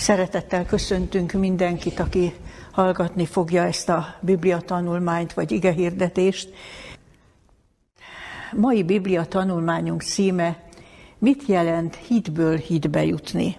Szeretettel köszöntünk mindenkit, aki hallgatni fogja ezt a bibliatanulmányt vagy igehirdetést. Mai bibliatanulmányunk címe: mit jelent hitből hitbe jutni?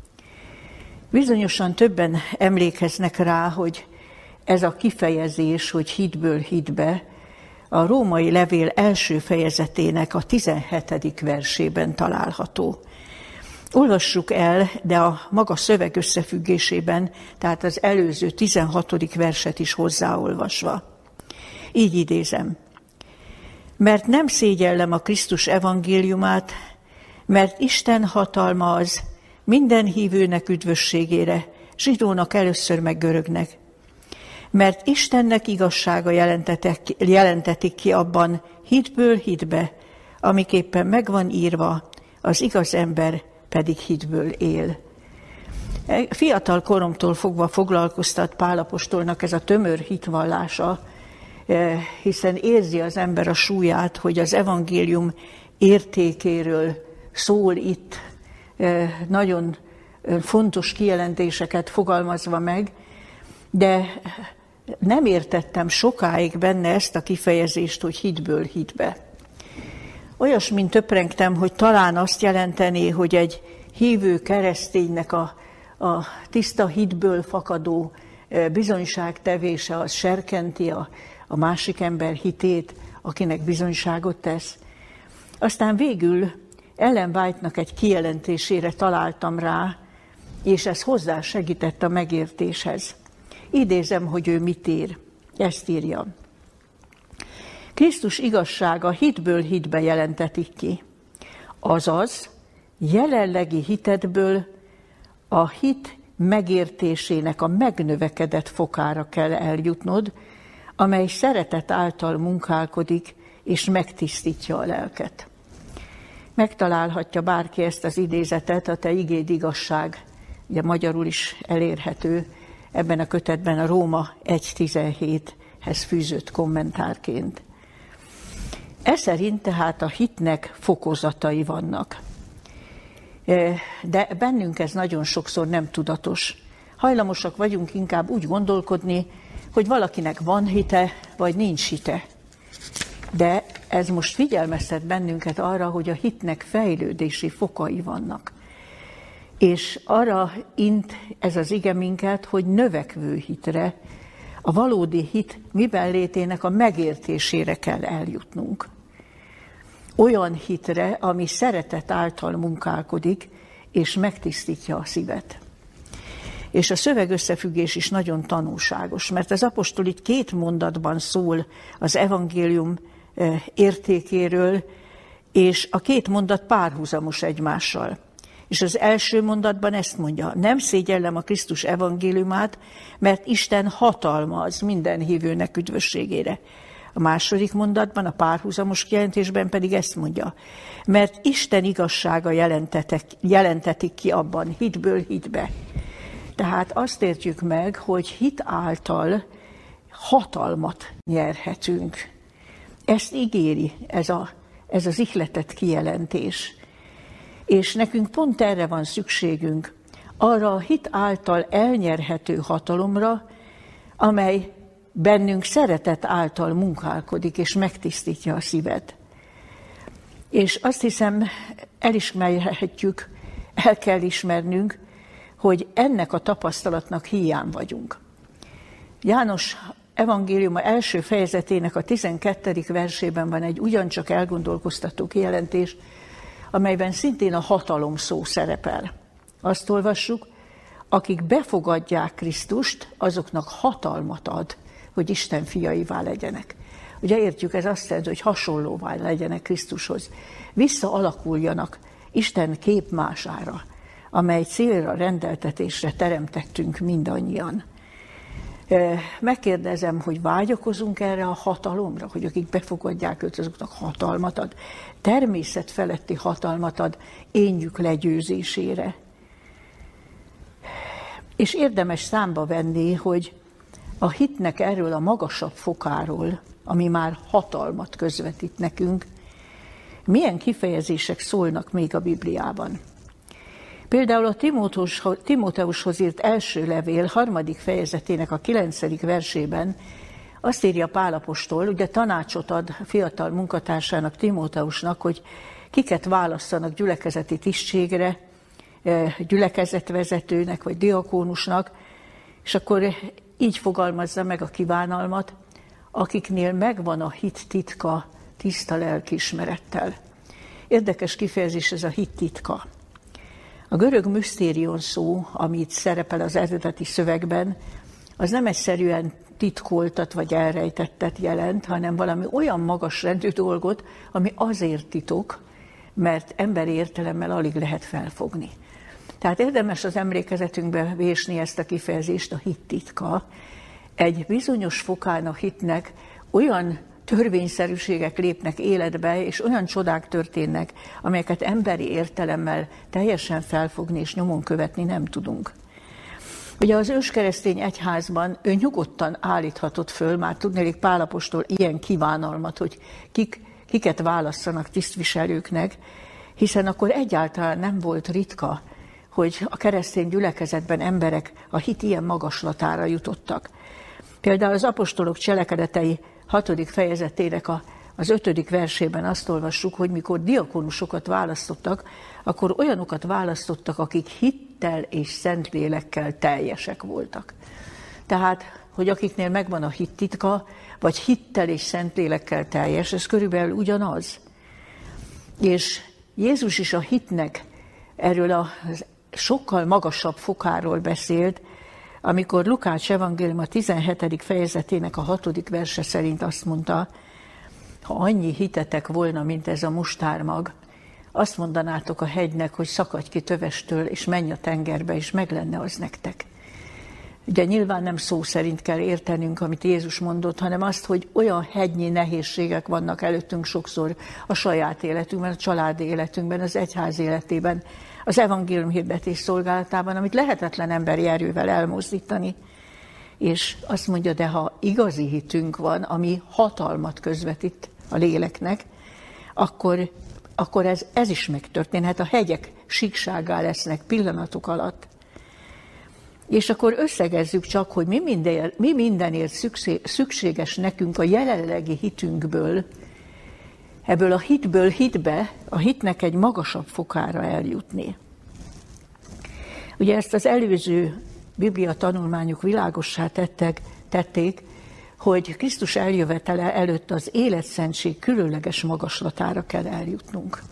Bizonyosan többen emlékeznek rá, hogy ez a kifejezés, hogy hitből hitbe, a római levél első fejezetének a 17. versében található. Olvassuk el, de a maga szöveg összefüggésében, tehát az előző 16. verset is hozzáolvasva. Így idézem. Mert nem szégyellem a Krisztus evangéliumát, mert Isten hatalma az minden hívőnek üdvösségére, zsidónak először meg görögnek. Mert Istennek igazsága jelentetik ki abban hitből hitbe, amiképpen megvan írva, az igaz ember pedig hitből él. Fiatal koromtól fogva foglalkoztat Pál apostolnak ez a tömör hitvallása, hiszen érzi az ember a súlyát, hogy az evangélium értékéről szól itt, nagyon fontos kijelentéseket fogalmazva meg, de nem értettem sokáig benne ezt a kifejezést, hogy hitből hitbe. Olyasmint töprengtem, hogy talán azt jelentené, hogy egy hívő kereszténynek a tiszta hitből fakadó bizonyságtevése az serkenti a másik ember hitét, akinek bizonyságot tesz. Aztán végül Ellen White-nak egy kijelentésére találtam rá, és ez hozzá segített a megértéshez. Idézem, hogy ő mit ír. Ezt írja. Krisztus igazsága hitből hitbe jelentetik ki. Azaz, jelenlegi hitedből a hit megértésének a megnövekedett fokára kell eljutnod, amely szeretet által munkálkodik és megtisztítja a lelket. Megtalálhatja bárki ezt az idézetet, a Te igéd igazság, ugye magyarul is elérhető, ebben a kötetben a Róma 1.17-hez fűzött kommentárként. Ez szerint tehát a hitnek fokozatai vannak. De bennünk ez nagyon sokszor nem tudatos. Hajlamosak vagyunk inkább úgy gondolkodni, hogy valakinek van hite, vagy nincs hite. De ez most figyelmeztet bennünket arra, hogy a hitnek fejlődési fokai vannak. És arra int ez az ige minket, hogy növekvő hitre, a valódi hit miben létének a megértésére kell eljutnunk. Olyan hitre, ami szeretet által munkálkodik, és megtisztítja a szívet. És a szövegösszefüggés is nagyon tanulságos, mert az apostol itt 2 mondatban szól az evangélium értékéről, és a 2 mondat párhuzamos egymással. És az első mondatban ezt mondja, nem szégyellem a Krisztus evangéliumát, mert Isten hatalma az minden hívőnek üdvösségére. A második mondatban, a párhuzamos kijelentésben pedig ezt mondja, mert Isten igazsága jelentetik ki abban, hitből hitbe. Tehát azt értjük meg, hogy hit által hatalmat nyerhetünk. Ezt ígéri ez az ihletett kijelentés. És nekünk pont erre van szükségünk, arra a hit által elnyerhető hatalomra, amely bennünk szeretet által munkálkodik és megtisztítja a szívet. És azt hiszem, elismerhetjük, el kell ismernünk, hogy ennek a tapasztalatnak híján vagyunk. János evangéliuma első fejezetének a 12. versében van egy ugyancsak elgondolkoztató kijelentés, amelyben szintén a hatalom szó szerepel. Azt olvassuk, akik befogadják Krisztust, azoknak hatalmat ad, hogy Isten fiaivá legyenek. Ugye értjük, ez azt jelenti, hogy hasonlóvá legyenek Krisztushoz. Visszaalakuljanak Isten képmására, amely célra, rendeltetésre teremtettünk mindannyian. Megkérdezem, hogy vágyakozunk erre a hatalomra, hogy akik befogadják őt, azoknak hatalmat ad, természet feletti hatalmat ad énjük legyőzésére. És érdemes számba venni, hogy a hitnek erről a magasabb fokáról, ami már hatalmat közvetít nekünk, milyen kifejezések szólnak még a Bibliában. Például a Timóteushoz írt első levél 3. fejezetének a 9. versében azt írja Pál apostol, ugye tanácsot ad a fiatal munkatársának, Timóteusnak, hogy kiket válasszanak gyülekezeti tisztségre, gyülekezetvezetőnek vagy diakónusnak, és akkor így fogalmazza meg a kívánalmat, akiknél megvan a hit titka tiszta lelkiismerettel. Érdekes kifejezés ez a hit titka. A görög misztérion szó, amit szerepel az eredeti szövegben, az nem egyszerűen titkoltat vagy elrejtettet jelent, hanem valami olyan magas rendű dolgot, ami azért titok, mert emberi értelemmel alig lehet felfogni. Tehát érdemes az emlékezetünkbe vésni ezt a kifejezést, a hit titka. Egy bizonyos fokán a hitnek olyan törvényszerűségek lépnek életbe, és olyan csodák történnek, amelyeket emberi értelemmel teljesen felfogni és nyomon követni nem tudunk. Ugye az őskeresztény egyházban ő nyugodtan állíthatott föl, már tudnélik Pál apostol ilyen kívánalmat, hogy kiket válasszanak tisztviselőknek, hiszen akkor egyáltalán nem volt ritka, hogy a keresztény gyülekezetben emberek a hit ilyen magaslatára jutottak. Például az apostolok cselekedetei 6. fejezetének az 5. versében azt olvassuk, hogy mikor diakónusokat választottak, akkor olyanokat választottak, akik hittel és szentlélekkel teljesek voltak. Tehát, hogy akiknél megvan a hit titka, vagy hittel és szentlélekkel teljes, ez körülbelül ugyanaz. És Jézus is a hitnek erről a sokkal magasabb fokáról beszélt, amikor Lukács evangélium a 17. fejezetének a 6. verse szerint azt mondta, ha annyi hitetek volna, mint ez a mustármag, azt mondanátok a hegynek, hogy szakadj ki tövestől, és menj a tengerbe, és meg lenne az nektek. Ugye nyilván nem szó szerint kell értenünk, amit Jézus mondott, hanem azt, hogy olyan hegynyi nehézségek vannak előttünk sokszor a saját életünkben, a családi életünkben, az egyház életében, az evangélium hirdetés szolgálatában, amit lehetetlen emberi erővel elmozdítani. És azt mondja, de ha igazi hitünk van, ami hatalmat közvetít a léleknek, akkor ez is megtörténhet. A hegyek síkságá lesznek pillanatok alatt. És akkor összegezzük csak, hogy mi mindenért szükséges nekünk a jelenlegi hitünkből, ebből a hitből hitbe, a hitnek egy magasabb fokára eljutni. Ugye ezt az előző Biblia tanulmányok világossá tették, hogy Krisztus eljövetele előtt az életszentség különleges magaslatára kell eljutnunk.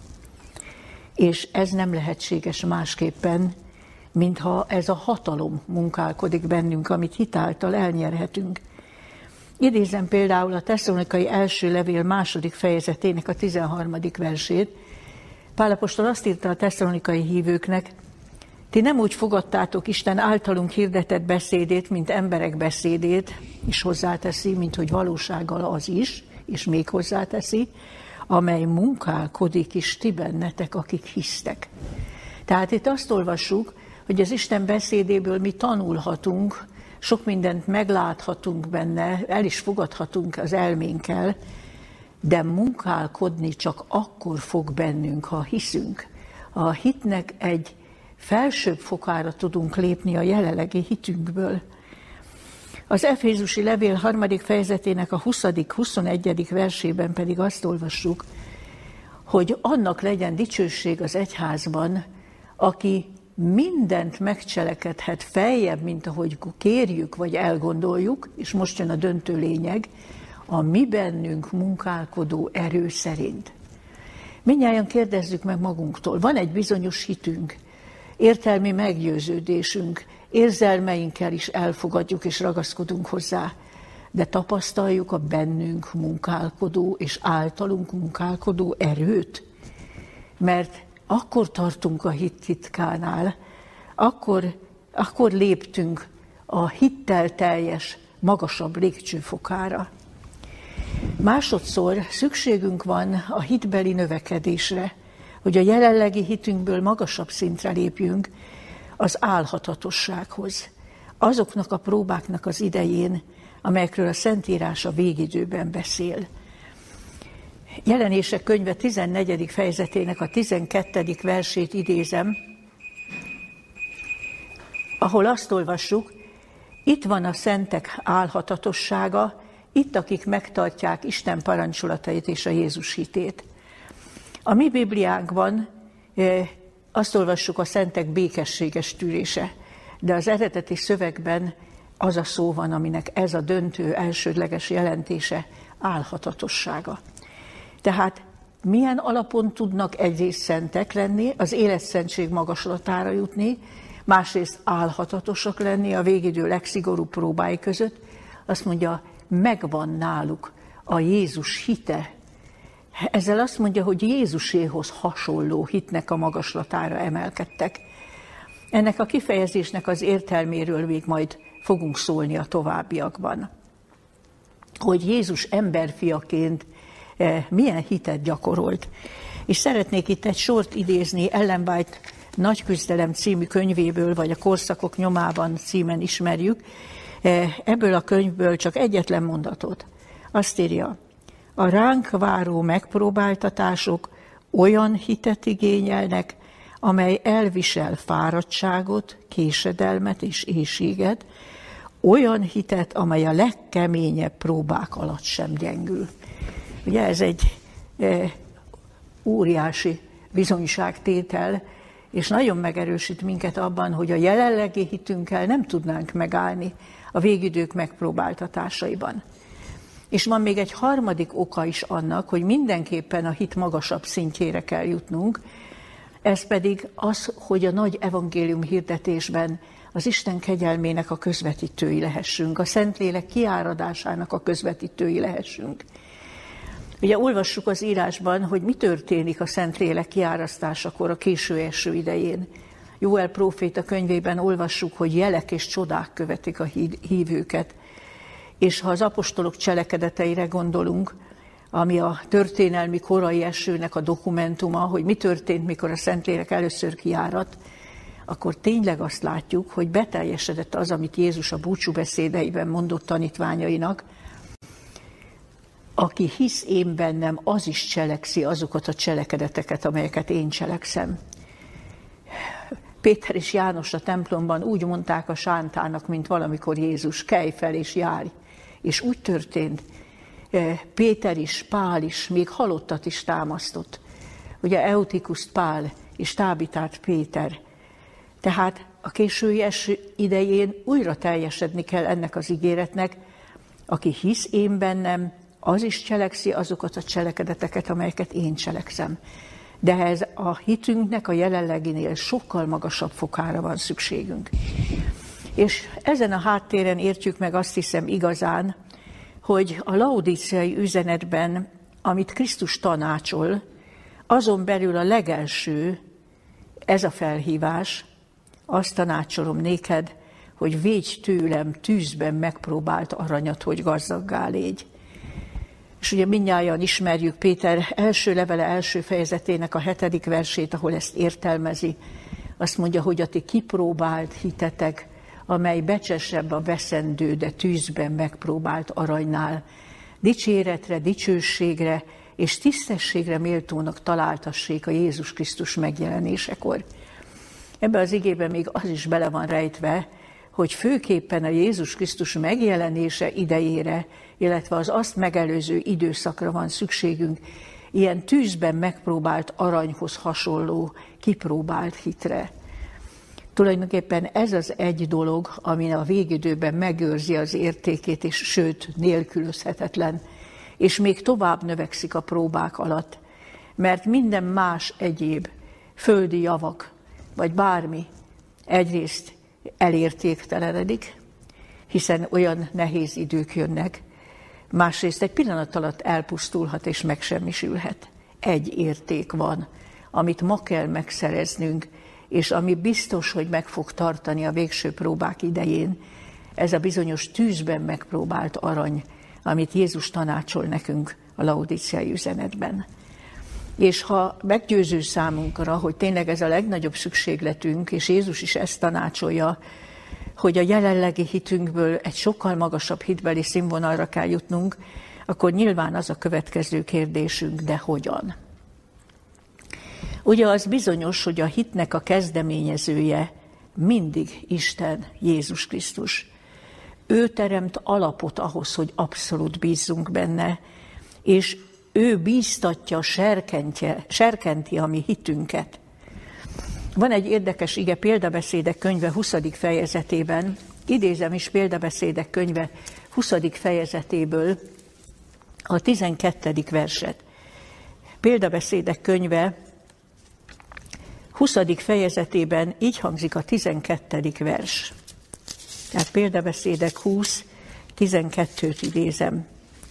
És ez nem lehetséges másképpen, mintha ez a hatalom munkálkodik bennünk, amit hitáltal elnyerhetünk. Idézem például a Tesszalonikai első levél 2. fejezetének a 13. versét. Pál apostol azt írta a tesszalonikai hívőknek, ti nem úgy fogadtátok Isten általunk hirdetett beszédét, mint emberek beszédét, és hozzáteszi, mint hogy valósággal az is, és még hozzáteszi, amely munkálkodik is ti bennetek, akik hisztek. Tehát itt azt olvassuk, hogy az Isten beszédéből mi tanulhatunk, sok mindent megláthatunk benne, el is fogadhatunk az elménkkel, de munkálkodni csak akkor fog bennünk, ha hiszünk. A hitnek egy felsőbb fokára tudunk lépni a jelenlegi hitünkből. Az Efézusi levél 3. fejezetének a 20.-21. versében pedig azt olvassuk, hogy annak legyen dicsőség az egyházban, aki mindent megcselekedhet feljebb, mint ahogy kérjük vagy elgondoljuk, és most jön a döntő lényeg, a mi bennünk munkálkodó erő szerint. Mindnyájan kérdezzük meg magunktól, van egy bizonyos hitünk, értelmi meggyőződésünk, érzelmeinkkel is elfogadjuk és ragaszkodunk hozzá, de tapasztaljuk a bennünk munkálkodó és általunk munkálkodó erőt, mert akkor tartunk a hit titkánál, akkor léptünk a hittel teljes, magasabb lépcsőfokára. Másodszor szükségünk van a hitbeli növekedésre, hogy a jelenlegi hitünkből magasabb szintre lépjünk az álhatatossághoz, azoknak a próbáknak az idején, amelyekről a Szentírás a végidőben beszél. Jelenések könyve 14. fejezetének a 12. versét idézem. ahol azt olvassuk, itt van a szentek álhatatossága, itt akik megtartják Isten parancsolatait és a Jézus hitét. A mi Bibliánkban azt olvassuk, a szentek békességes tűrése, de az eredeti szövegben az a szó van, aminek ez a döntő, elsődleges jelentése, álhatatossága. Tehát milyen alapon tudnak egyrészt szentek lenni, az életszentség magaslatára jutni, másrészt álhatatosak lenni a végidő legszigorúbb próbái között? Azt mondja, megvan náluk a Jézus hite. Ezzel azt mondja, hogy Jézuséhoz hasonló hitnek a magaslatára emelkedtek. Ennek a kifejezésnek az értelméről még majd fogunk szólni a továbbiakban. Hogy Jézus emberfiaként milyen hitet gyakorolt. És szeretnék itt egy sort idézni Ellen White Nagy küzdelem című könyvéből, vagy a Korszakok nyomában címen ismerjük. Ebből a könyvből csak egyetlen mondatot. Azt írja, a ránk váró megpróbáltatások olyan hitet igényelnek, amely elvisel fáradtságot, késedelmet és éhséget, olyan hitet, amely a legkeményebb próbák alatt sem gyengül. Ugye ez egy óriási bizonyságtétel, és nagyon megerősít minket abban, hogy a jelenlegi hitünkkel nem tudnánk megállni a végidők megpróbáltatásaiban. És van még egy harmadik oka is annak, hogy mindenképpen a hit magasabb szintjére kell jutnunk, ez pedig az, hogy a nagy evangélium hirdetésben az Isten kegyelmének a közvetítői lehessünk, a Szentlélek kiáradásának a közvetítői lehessünk. Ugye olvassuk az írásban, hogy mi történik a Szentlélek kiárasztásakor a késő eső idején. Jóel próféta könyvében olvassuk, hogy jelek és csodák követik a hívőket. És ha az apostolok cselekedeteire gondolunk, ami a történelmi korai esőnek a dokumentuma, hogy mi történt, mikor a Szentlélek először kiáradt, akkor tényleg azt látjuk, hogy beteljesedett az, amit Jézus a búcsúbeszédeiben mondott tanítványainak, aki hisz én bennem, az is cselekszi azokat a cselekedeteket, amelyeket én cselekszem. Péter és János a templomban úgy mondták a sántának, mint valamikor Jézus, kelj fel és járj. És úgy történt, Péter is, Pál is, még halottat is támasztott. Ugye Eutikuszt Pál és Tábitát Péter. Tehát a késői eső idején újra teljesedni kell ennek az ígéretnek, aki hisz én bennem, az is cselekszi azokat a cselekedeteket, amelyeket én cselekszem. De ez a hitünknek a jelenleginél sokkal magasabb fokára van szükségünk. És ezen a háttéren értjük meg azt hiszem igazán, hogy a laodíceai üzenetben, amit Krisztus tanácsol, azon belül a legelső, ez a felhívás, azt tanácsolom néked, hogy védj tőlem tűzben megpróbált aranyat, hogy gazdaggá légy. És ugye mindnyájan ismerjük Péter első levele első fejezetének a 7. versét, ahol ezt értelmezi. Azt mondja, hogy a ti kipróbált hitetek, amely becsesebb a veszendő, de tűzben megpróbált aranynál, dicséretre, dicsőségre és tisztességre méltónak találtassék a Jézus Krisztus megjelenésekor. Ebbe az igében még az is bele van rejtve, hogy főképpen a Jézus Krisztus megjelenése idejére, illetve az azt megelőző időszakra van szükségünk, ilyen tűzben megpróbált aranyhoz hasonló, kipróbált hitre. Tulajdonképpen ez az egy dolog, ami a végidőben megőrzi az értékét, és sőt, nélkülözhetetlen, és még tovább növekszik a próbák alatt, mert minden más egyéb földi javak, vagy bármi egyrészt elértéktelenedik, hiszen olyan nehéz idők jönnek, másrészt egy pillanat alatt elpusztulhat és megsemmisülhet. Egy érték van, amit ma kell megszereznünk, és ami biztos, hogy meg fog tartani a végső próbák idején, ez a bizonyos tűzben megpróbált arany, amit Jézus tanácsol nekünk a laodíceai üzenetben. És ha meggyőző számunkra, hogy tényleg ez a legnagyobb szükségletünk, és Jézus is ezt tanácsolja, hogy a jelenlegi hitünkből egy sokkal magasabb hitbeli színvonalra kell jutnunk, akkor nyilván az a következő kérdésünk, de hogyan? Ugye az bizonyos, hogy a hitnek a kezdeményezője mindig Isten, Jézus Krisztus. Ő teremt alapot ahhoz, hogy abszolút bízzunk benne, és ő bíztatja, serkenti a mi hitünket. Van egy érdekes ige Példabeszédek könyve 20. fejezetében, idézem is Példabeszédek könyve 20. fejezetéből a 12. verset. Példabeszédek könyve 20. fejezetében így hangzik a 12. vers. Tehát Példabeszédek 20, 12-t idézem.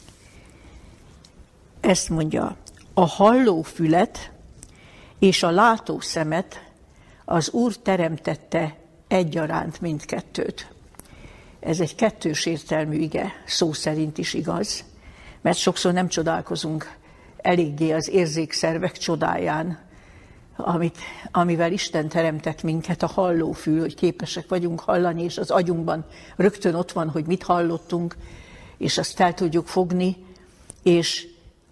Ezt mondja, a halló fület és a látó szemet az Úr teremtette egyaránt mindkettőt. Ez egy kettős értelmű ige, szó szerint is igaz, mert sokszor nem csodálkozunk eléggé az érzékszervek csodáján, amivel Isten teremtett minket, a hallófül, hogy képesek vagyunk hallani, és az agyunkban rögtön ott van, hogy mit hallottunk, és azt fel tudjuk fogni, és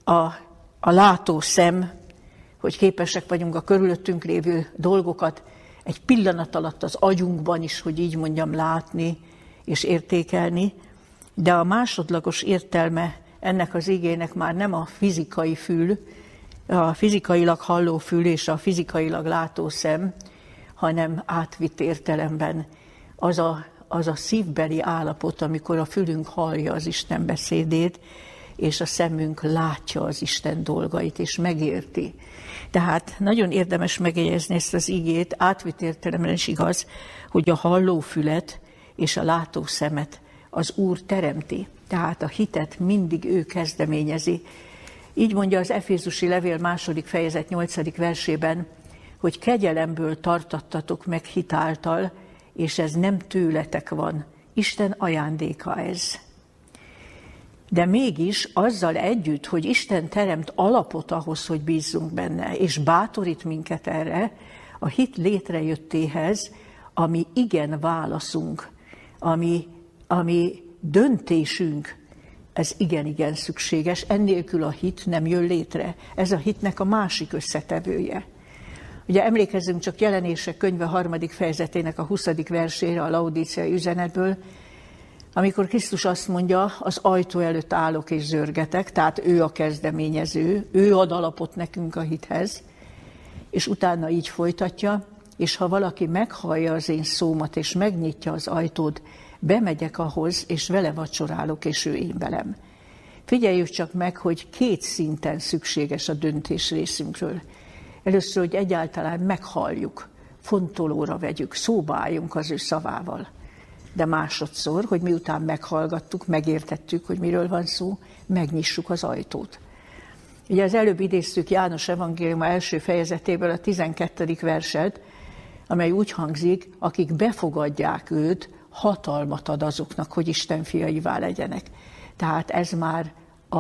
a látó szem, hogy képesek vagyunk a körülöttünk lévő dolgokat egy pillanat alatt az agyunkban is, hogy így mondjam, látni és értékelni, de a másodlagos értelme ennek az igének már nem a fizikai fül, a fizikailag halló fül és a fizikailag látó szem, hanem átvitt értelemben az a szívbeli állapot, amikor a fülünk hallja az Isten beszédét, és a szemünk látja az Isten dolgait, és megérti. Tehát nagyon érdemes megjegyezni ezt az igét, átvitt értelemben is igaz, hogy a hallófület és a látószemet az Úr teremti. Tehát a hitet mindig ő kezdeményezi. Így mondja az Efézusi levél 2. fejezet 8. versében, hogy kegyelemből tartattatok meg hit által, és ez nem tőletek van. Isten ajándéka ez. De mégis azzal együtt, hogy Isten teremt alapot ahhoz, hogy bízzunk benne, és bátorít minket erre, a hit létrejöttéhez, ami igen válaszunk, ami döntésünk, ez igen szükséges, ennélkül a hit nem jön létre. Ez a hitnek a másik összetevője. Ugye emlékezzünk csak Jelenések könyve 3. fejezetének a 20. versére a laudíciai üzenetből, amikor Krisztus azt mondja, az ajtó előtt állok és zörgetek, tehát ő a kezdeményező, ő ad alapot nekünk a hithez, és utána így folytatja, és ha valaki meghallja az én szómat, és megnyitja az ajtót, bemegyek ahhoz, és vele vacsorálok, és ő én velem. Figyeljük csak meg, hogy 2 szinten szükséges a döntés részünkről. Először, hogy egyáltalán meghalljuk, fontolóra vegyük, szóba álljunk az ő szavával. De másodszor, hogy miután meghallgattuk, megértettük, hogy miről van szó, megnyissuk az ajtót. Ugye az előbb idéztük János evangéliuma első fejezetéből a 12. verset, amely úgy hangzik, akik befogadják őt, hatalmat ad azoknak, hogy Isten fiaivá legyenek. Tehát ez már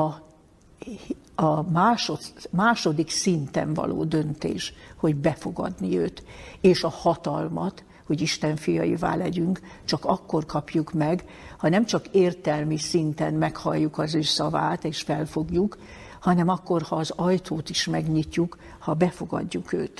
a második szinten való döntés, hogy befogadni őt, és a hatalmat, hogy Isten fiaivá legyünk, csak akkor kapjuk meg, ha nem csak értelmi szinten meghalljuk az ő szavát és felfogjuk, hanem akkor, ha az ajtót is megnyitjuk, ha befogadjuk őt.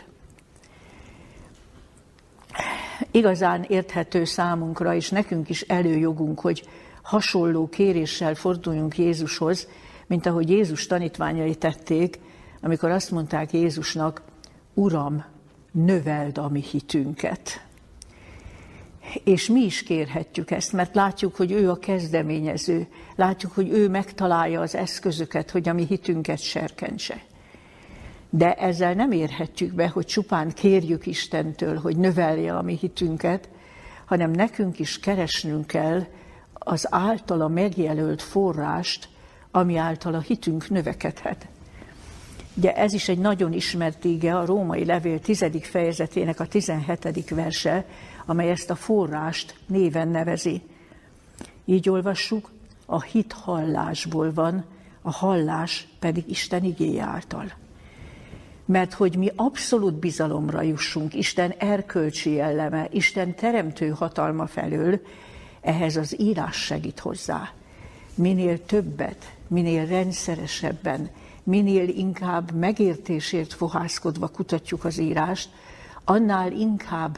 Igazán érthető számunkra, és nekünk is előjogunk, hogy hasonló kéréssel forduljunk Jézushoz, mint ahogy Jézus tanítványai tették, amikor azt mondták Jézusnak, Uram, növeld a mi hitünket. És mi is kérhetjük ezt, mert látjuk, hogy ő a kezdeményező, látjuk, hogy ő megtalálja az eszközöket, hogy a mi hitünket serkentse. De ezzel nem érhetjük be, hogy csupán kérjük Istentől, hogy növelje a mi hitünket, hanem nekünk is keresnünk kell az általa megjelölt forrást, ami által a hitünk növekedhet. Ugye ez is egy nagyon ismert ige, a Római levél 10. fejezetének a 17. verse, amely ezt a forrást néven nevezi. Így olvassuk, a hit hallásból van, a hallás pedig Isten igéje által. Mert hogy mi abszolút bizalomra jussunk Isten erkölcsi jelleme, Isten teremtő hatalma felől, ehhez az írás segít hozzá. Minél többet, minél rendszeresebben, minél inkább megértésért fohászkodva kutatjuk az írást, annál inkább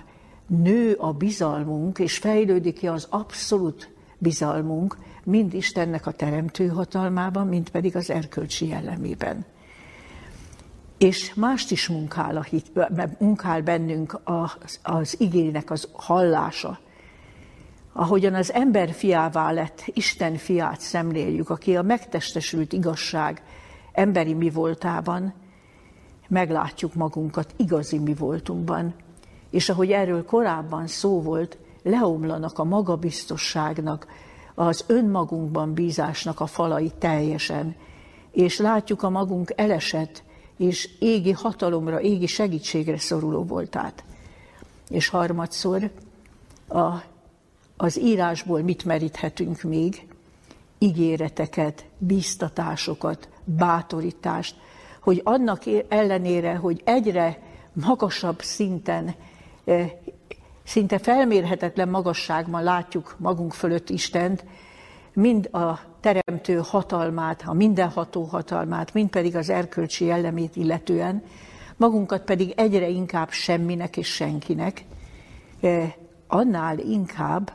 nő a bizalmunk, és fejlődik ki az abszolút bizalmunk, mind Istennek a teremtő hatalmában, mind pedig az erkölcsi jellemében. És mást is munkál bennünk az igének az hallása. Ahogyan az ember fiává lett, Isten fiát szemléljük, aki a megtestesült igazság emberi mi voltában, meglátjuk magunkat igazi mi voltunkban. És ahogy erről korábban szó volt, leomlanak a magabiztosságnak, az önmagunkban bízásnak a falai teljesen, és látjuk a magunk elesett és égi hatalomra, égi segítségre szoruló voltát. És harmadszor az írásból mit meríthetünk még? Ígéreteket, bíztatásokat, bátorítást, hogy annak ellenére, hogy egyre magasabb szinten, szinte felmérhetetlen magasságban látjuk magunk fölött Istent, mind a teremtő hatalmát, a mindenható hatalmát, mind pedig az erkölcsi jellemét illetően, magunkat pedig egyre inkább semminek és senkinek, annál inkább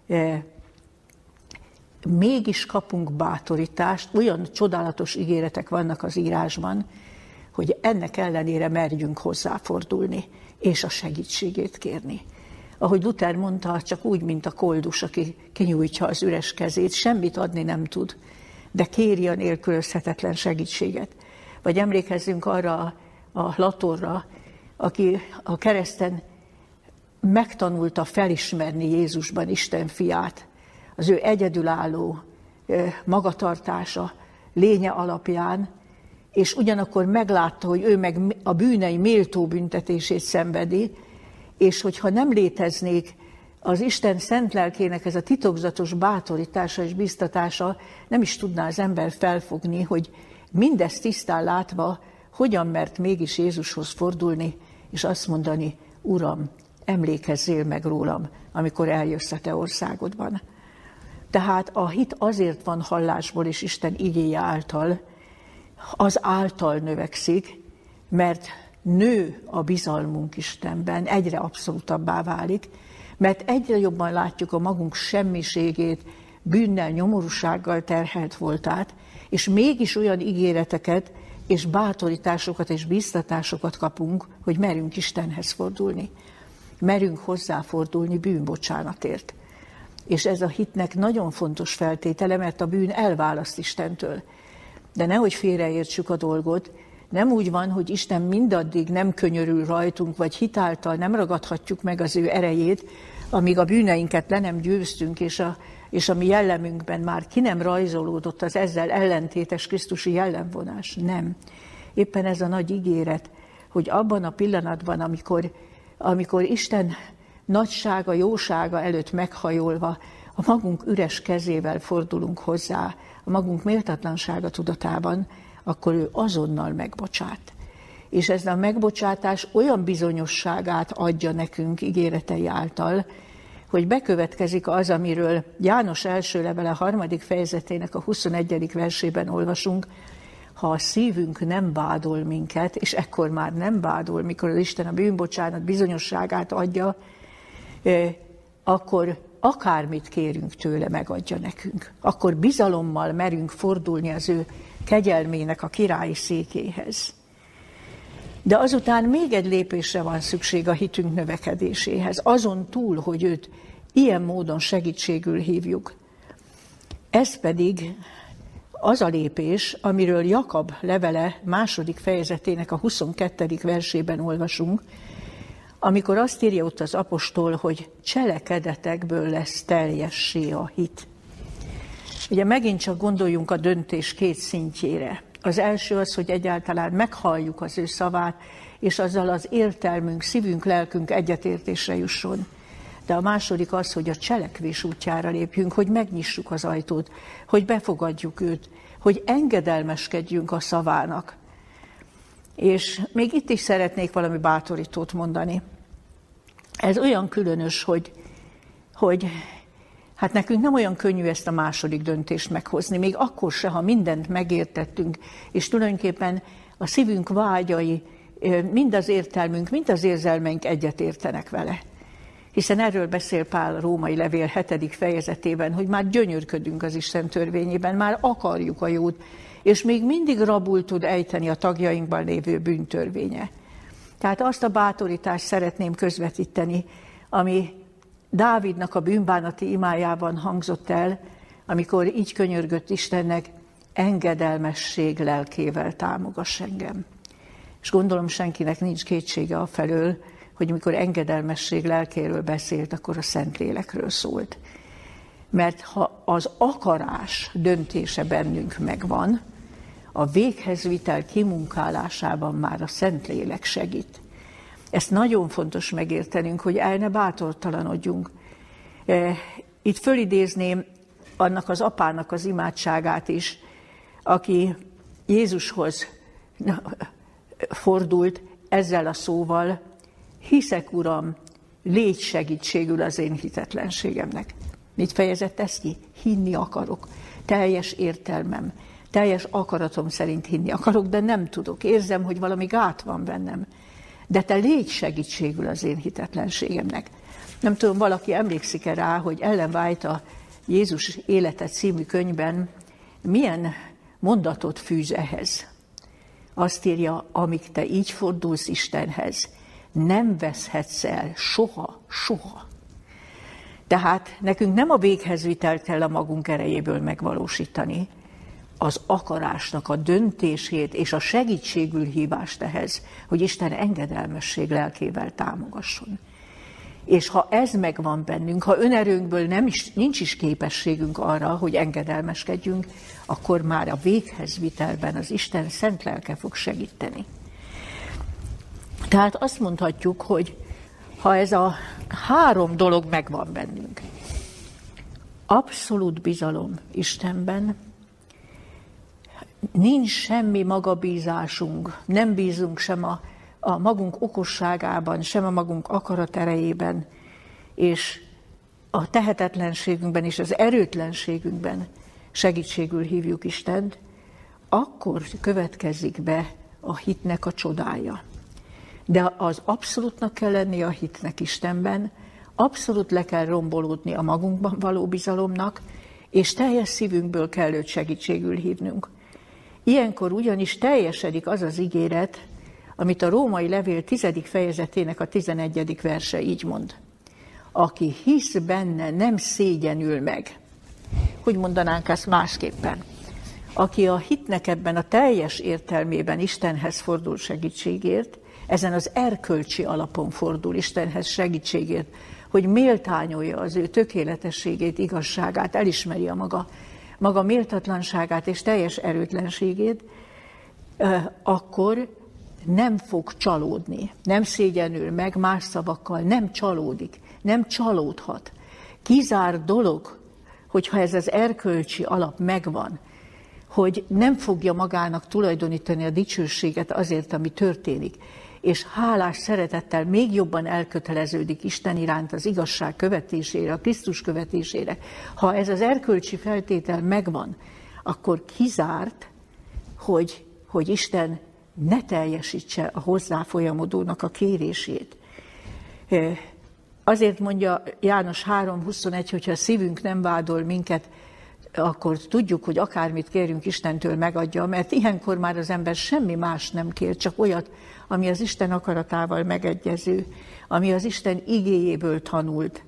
mégis kapunk bátorítást, olyan csodálatos ígéretek vannak az írásban, hogy ennek ellenére merjünk hozzáfordulni, és a segítségét kérni. Ahogy Luther mondta, csak úgy, mint a koldus, aki kinyújtja az üres kezét, semmit adni nem tud, de kéri a nélkülözhetetlen segítséget. Vagy emlékezzünk arra a Latorra, aki a kereszten megtanulta felismerni Jézusban Isten fiát, az ő egyedülálló magatartása lénye alapján, és ugyanakkor meglátta, hogy ő meg a bűnei méltó büntetését szenvedi, és hogyha nem léteznék az Isten szent lelkének ez a titokzatos bátorítása és biztatása, nem is tudná az ember felfogni, hogy mindezt tisztán látva, hogyan mert mégis Jézushoz fordulni, és azt mondani, Uram, emlékezzél meg rólam, amikor eljössz a te országodban. Tehát a hit azért van hallásból és Isten igéje által, az által növekszik, mert nő a bizalmunk Istenben, egyre abszolútabbá válik, mert egyre jobban látjuk a magunk semmiségét, bűnnel, nyomorúsággal terhelt voltát, és mégis olyan ígéreteket, és bátorításokat, és biztatásokat kapunk, hogy merünk Istenhez fordulni. Merünk hozzáfordulni bűnbocsánatért. És ez a hitnek nagyon fontos feltétele, mert a bűn elválaszt Istentől. De nehogy félreértsük a dolgot, nem úgy van, hogy Isten mindaddig nem könyörül rajtunk, vagy hitáltal nem ragadhatjuk meg az ő erejét, amíg a bűneinket le nem győztünk, és a mi jellemünkben már ki nem rajzolódott az ezzel ellentétes krisztusi jellemvonás. Nem. Éppen ez a nagy ígéret, hogy abban a pillanatban, amikor Isten nagysága, jósága előtt meghajolva, a magunk üres kezével fordulunk hozzá, a magunk méltatlansága tudatában, akkor ő azonnal megbocsát. És ez a megbocsátás olyan bizonyosságát adja nekünk ígéretei által, hogy bekövetkezik az, amiről János első levele 3. fejezetének a 21. versében olvasunk, ha a szívünk nem vádol minket, és ekkor már nem vádol, mikor az Isten a bűnbocsánat bizonyosságát adja, akkor akármit kérünk tőle, megadja nekünk. Akkor bizalommal merünk fordulni az ő kegyelmének a királyi székéhez. De azután még egy lépésre van szükség a hitünk növekedéséhez, azon túl, hogy őt ilyen módon segítségül hívjuk. Ez pedig az a lépés, amiről Jakab levele 2. fejezetének a 22. versében olvasunk, amikor azt írja ott az apostol, hogy cselekedetekből lesz teljessé a hit. Ugye megint csak gondoljunk a döntés két szintjére. Az első az, hogy egyáltalán meghalljuk az ő szavát, és azzal az értelmünk, szívünk, lelkünk egyetértésre jusson. De a második az, hogy a cselekvés útjára lépjünk, hogy megnyissuk az ajtót, hogy befogadjuk őt, hogy engedelmeskedjünk a szavának. És még itt is szeretnék valami bátorítót mondani. Ez olyan különös, hogy hát nekünk nem olyan könnyű ezt a második döntést meghozni, még akkor se, ha mindent megértettünk, és tulajdonképpen a szívünk vágyai, mind az értelmünk, mind az érzelmeink egyetértenek vele. Hiszen erről beszél Pál a Római Levél 7. fejezetében, hogy már gyönyörködünk az Isten törvényében, már akarjuk a jót, és még mindig rabul tud ejteni a tagjainkban lévő bűntörvénye. Tehát azt a bátorítást szeretném közvetíteni, ami Dávidnak a bűnbánati imájában hangzott el, amikor így könyörgött Istennek, engedelmesség lelkével támogass engem. És gondolom senkinek nincs kétsége afelől, hogy amikor engedelmesség lelkéről beszélt, akkor a Szentlélekről szólt. Mert ha az akarás döntése bennünk megvan, a véghezvitel kimunkálásában már a Szentlélek segít. Ezt nagyon fontos megértenünk, hogy el ne bátortalanodjunk. Itt fölidézném annak az apának az imádságát is, aki Jézushoz fordult ezzel a szóval, hiszek, Uram, légy segítségül az én hitetlenségemnek. Mit fejezett ez ki? Hinni akarok. Teljes értelmem, teljes akaratom szerint hinni akarok, de nem tudok. Érzem, hogy valami gát van bennem. De te légy segítségül az én hitetlenségemnek. Nem tudom, valaki emlékszik-e rá, hogy Ellen White a Jézus élete című könyvben milyen mondatot fűz ehhez. Azt írja, amíg te így fordulsz Istenhez, nem veszhetsz el soha, soha. Tehát nekünk nem a véghezvitelt kell a magunk erejéből megvalósítani, az akarásnak a döntését és a segítségül hívást ehhez, hogy Isten engedelmesség lelkével támogasson. És ha ez megvan bennünk, ha önerőnkből nincs is képességünk arra, hogy engedelmeskedjünk, akkor már a véghezvitelben az Isten szent lelke fog segíteni. Tehát azt mondhatjuk, hogy ha ez a 3 dolog megvan bennünk, abszolút bizalom Istenben, nincs semmi magabízásunk, nem bízunk sem a magunk okosságában, sem a magunk akaraterejében, és a tehetetlenségünkben és az erőtlenségünkben segítségül hívjuk Istent, akkor következik be a hitnek a csodája. De az abszolútnak kell lenni a hitnek Istenben, abszolút le kell rombolódni a magunkban való bizalomnak, és teljes szívünkből kell őt segítségül hívnunk. Ilyenkor ugyanis teljesedik az az ígéret, amit a Római Levél 10. fejezetének a 11. verse így mond. Aki hisz benne, nem szégyenül meg. Hogy mondanánk ezt másképpen? Aki a hitnek ebben a teljes értelmében Istenhez fordul segítségért, ezen az erkölcsi alapon fordul Istenhez segítségért, hogy méltányolja az ő tökéletességét, igazságát, elismeri a maga méltatlanságát és teljes erőtlenségét, akkor nem fog csalódni, nem szégyenül meg, más szavakkal nem csalódik, nem csalódhat. Kizár dolog, hogyha ez az erkölcsi alap megvan, hogy nem fogja magának tulajdonítani a dicsőséget azért, ami történik, és hálás szeretettel még jobban elköteleződik Isten iránt az igazság követésére, a Krisztus követésére. Ha ez az erkölcsi feltétel megvan, akkor kizárt, hogy Isten ne teljesítse a hozzá folyamodónak a kérését. Azért mondja János 3:21, hogyha a szívünk nem vádol minket, akkor tudjuk, hogy akármit kérünk Istentől megadja, mert ilyenkor már az ember semmi más nem kér, csak olyat, ami az Isten akaratával megegyező, ami az Isten igéjéből tanult.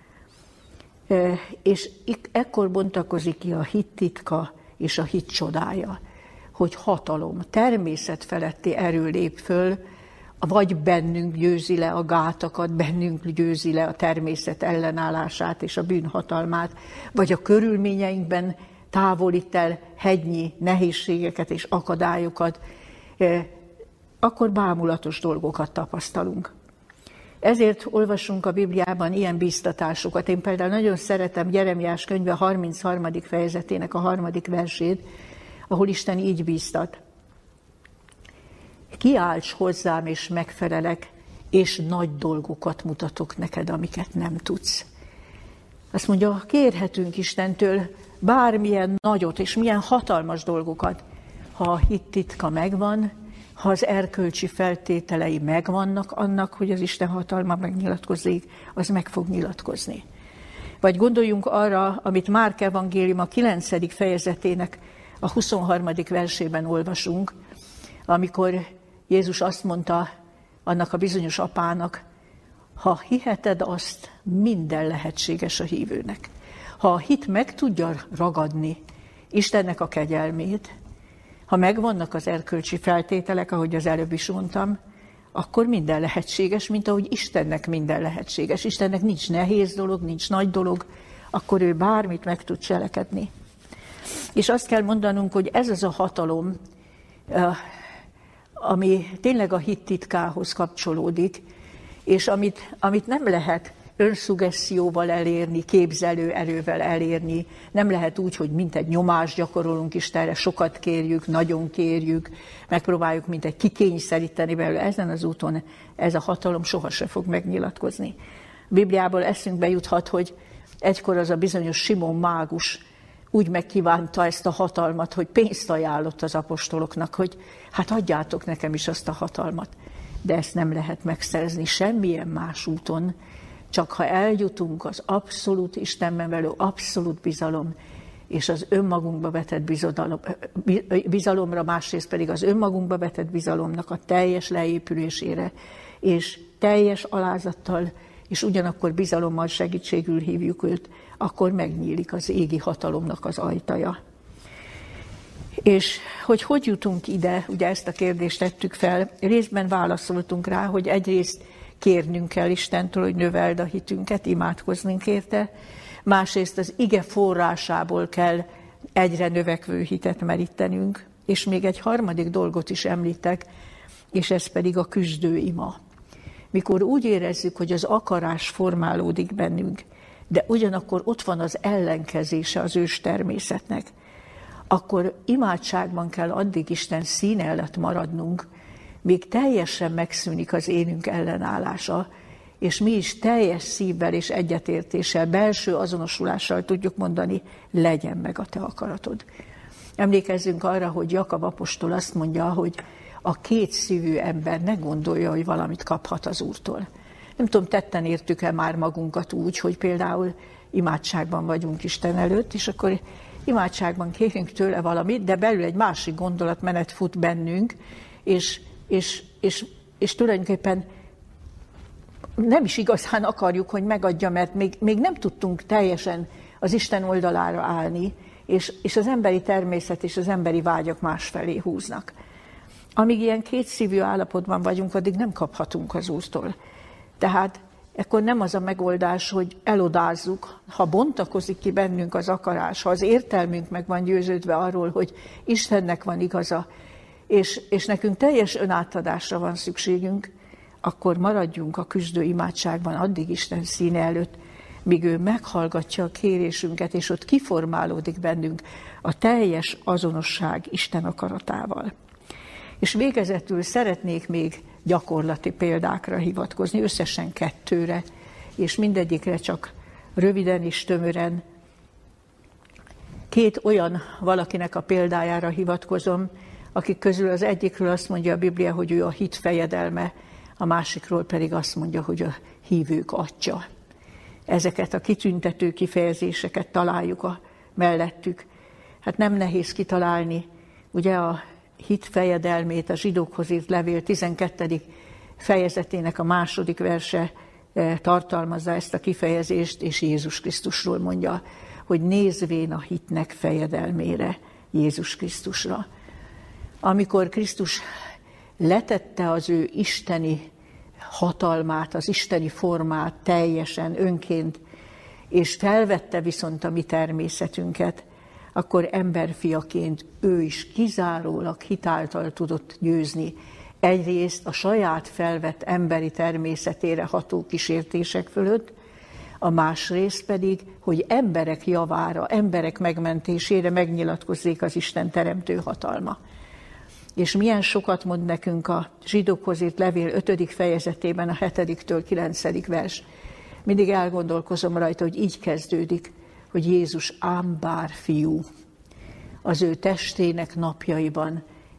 És ekkor bontakozik ki a hit titka és a hit csodája, hogy hatalom, természet feletti erő lép föl, vagy bennünk győzi le a gátakat, bennünk győzi le a természet ellenállását és a bűnhatalmát, vagy a körülményeinkben távolít el hegynyi nehézségeket és akadályokat, akkor bámulatos dolgokat tapasztalunk. Ezért olvasunk a Bibliában ilyen bíztatásokat. Én például nagyon szeretem Jeremiás könyve 33. fejezetének a 3. versét, ahol Isten így bíztat. Kiálts hozzám, és megfelelek, és nagy dolgokat mutatok neked, amiket nem tudsz. Azt mondja, kérhetünk Istentől bármilyen nagyot és milyen hatalmas dolgokat, ha a hit titka megvan, ha az erkölcsi feltételei megvannak annak, hogy az Isten hatalma megnyilatkozzék, az meg fog nyilatkozni. Vagy gondoljunk arra, amit Márk evangélium a 9. fejezetének a 23. versében olvasunk, amikor Jézus azt mondta annak a bizonyos apának, ha hiheted azt, minden lehetséges a hívőnek. Ha a hit meg tudja ragadni Istennek a kegyelmét, ha megvannak az erkölcsi feltételek, ahogy az előbb is mondtam, akkor minden lehetséges, mint ahogy Istennek minden lehetséges. Istennek nincs nehéz dolog, nincs nagy dolog, akkor ő bármit meg tud cselekedni. És azt kell mondanunk, hogy ez az a hatalom, ami tényleg a hit titkához kapcsolódik, és amit nem lehet önszugesszióval elérni, képzelő erővel elérni, nem lehet úgy, hogy mint egy nyomást gyakorolunk Istenre, sokat kérjük, nagyon kérjük, megpróbáljuk mint egy kikényszeríteni belőle. Ezen az úton ez a hatalom sohasem fog megnyilatkozni. A Bibliából eszünkbe juthat, hogy egykor az a bizonyos Simon mágus úgy megkívánta ezt a hatalmat, hogy pénzt ajánlott az apostoloknak, hogy hát adjátok nekem is azt a hatalmat. De ezt nem lehet megszerezni semmilyen más úton, csak ha eljutunk az abszolút Istenben való abszolút bizalom, és az önmagunkba vetett bizalomra, másrészt pedig az önmagunkba vetett bizalomnak a teljes leépülésére, és teljes alázattal, és ugyanakkor bizalommal segítségül hívjuk őt, akkor megnyílik az égi hatalomnak az ajtaja. És hogy jutunk ide, ugye ezt a kérdést tettük fel, részben válaszoltunk rá, hogy egyrészt kérnünk kell Istentől, hogy növeld a hitünket, imádkoznunk érte, másrészt az ige forrásából kell egyre növekvő hitet merítenünk, és még egy harmadik dolgot is említek, és ez pedig a küzdőima. Mikor úgy érezzük, hogy az akarás formálódik bennünk, de ugyanakkor ott van az ellenkezése az ős természetnek, akkor imádságban kell addig Isten színe előtt maradnunk, míg teljesen megszűnik az énünk ellenállása, és mi is teljes szívvel és egyetértéssel, belső azonosulással tudjuk mondani, legyen meg a te akaratod. Emlékezzünk arra, hogy Jakab apostol azt mondja, hogy a kétszívű ember ne gondolja, hogy valamit kaphat az Úrtól. Nem tudom, tetten értük-e már magunkat úgy, hogy például imádságban vagyunk Isten előtt, és akkor imádságban kérünk tőle valamit, de belül egy másik gondolatmenet fut bennünk, és tulajdonképpen nem is igazán akarjuk, hogy megadja, mert még nem tudtunk teljesen az Isten oldalára állni, és az emberi természet és az emberi vágyak másfelé húznak. Amíg ilyen kétszívű állapotban vagyunk, addig nem kaphatunk az Úrtól. Tehát ekkor nem az a megoldás, hogy elodázzuk, ha bontakozik ki bennünk az akarás, ha az értelmünk meg van győződve arról, hogy Istennek van igaza, és nekünk teljes önátadásra van szükségünk, akkor maradjunk a küzdő imádságban addig Isten színe előtt, míg ő meghallgatja a kérésünket, és ott kiformálódik bennünk a teljes azonosság Isten akaratával. És végezetül szeretnék még gyakorlati példákra hivatkozni, összesen 2-re, és mindegyikre csak röviden és tömören. 2 olyan valakinek a példájára hivatkozom, akik közül az egyikről azt mondja a Biblia, hogy ő a hit fejedelme, a másikról pedig azt mondja, hogy a hívők atya. Ezeket a kitüntető kifejezéseket találjuk mellettük. Hát nem nehéz kitalálni, ugye a hit fejedelmét a zsidókhoz írt levél 12. fejezetének a 2. verse tartalmazza ezt a kifejezést, és Jézus Krisztusról mondja, hogy nézvén a hitnek fejedelmére, Jézus Krisztusra. Amikor Krisztus letette az ő isteni hatalmát, az isteni formát teljesen önként, és felvette viszont a mi természetünket, akkor emberfiaként ő is kizárólag hitáltal tudott győzni egyrészt a saját felvett emberi természetére ható kísértések fölött, a másrészt pedig, hogy emberek javára, emberek megmentésére megnyilatkozzék az Isten teremtő hatalma. És milyen sokat mond nekünk a zsidókhoz írt levél 5. fejezetében a 7-től 9. vers. Mindig elgondolkozom rajta, hogy így kezdődik, hogy Jézus ám bár fiú, az ő testének napjaiban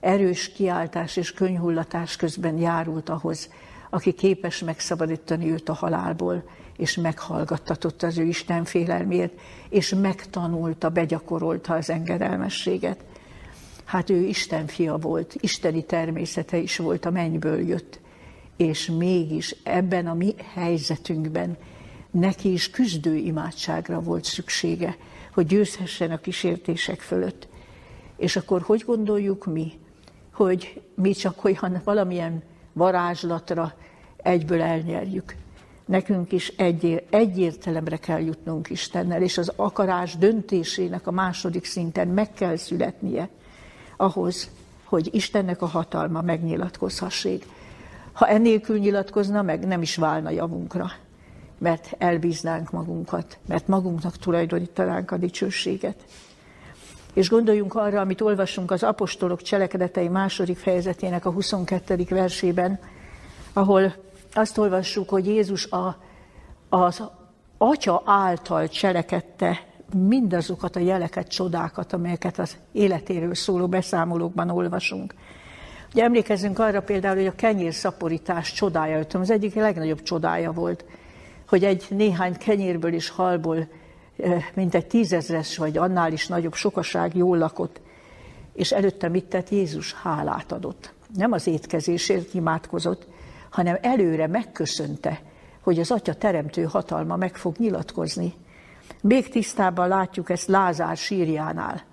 erős kiáltás és könyhullatás közben járult ahhoz, aki képes megszabadítani őt a halálból, és meghallgattatott az ő Isten félelmét, és megtanulta, begyakorolta az engedelmességet. Hát ő Isten fia volt, isteni természete is volt, a mennyből jött, és mégis ebben a mi helyzetünkben neki is küzdő imádságra volt szüksége, hogy győzhessen a kísértések fölött. És akkor hogy gondoljuk mi, hogy mi csak olyan valamilyen varázslatra egyből elnyerjük? Nekünk is egy értelemre kell jutnunk Istennel, és az akarás döntésének a második szinten meg kell születnie ahhoz, hogy Istennek a hatalma megnyilatkozhassék. Ha ennélkül nyilatkozna, meg nem is válna javunkra, mert elbíznánk magunkat, mert magunknak tulajdonítanánk a dicsőséget. És gondoljunk arra, amit olvasunk az apostolok cselekedetei 2. fejezetének a 22. versében, ahol azt olvassuk, hogy Jézus az Atya által cselekedte mindazokat a jeleket, csodákat, amelyeket az életéről szóló beszámolókban olvasunk. Ugye emlékezzünk arra például, hogy a kenyérszaporítás csodája, az egyik legnagyobb csodája volt, hogy egy néhány kenyérből és halból mintegy 10 000-es vagy annál is nagyobb sokaság jól lakott, és előtte mit tett? Jézus hálát adott. Nem az étkezésért imádkozott, hanem előre megköszönte, hogy az Atya teremtő hatalma meg fog nyilatkozni. Még tisztábban látjuk ezt Lázár sírjánál.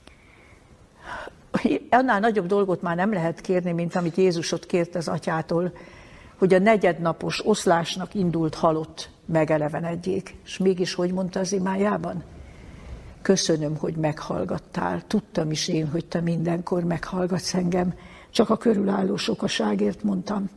Annál nagyobb dolgot már nem lehet kérni, mint amit Jézus ott kért az Atyától, hogy a negyednapos oszlásnak indult halott megelevenedjék. És mégis hogy mondta az imájában? Köszönöm, hogy meghallgattál. Tudtam is én, hogy te mindenkor meghallgatsz engem. Csak a körülálló sokaságért mondtam.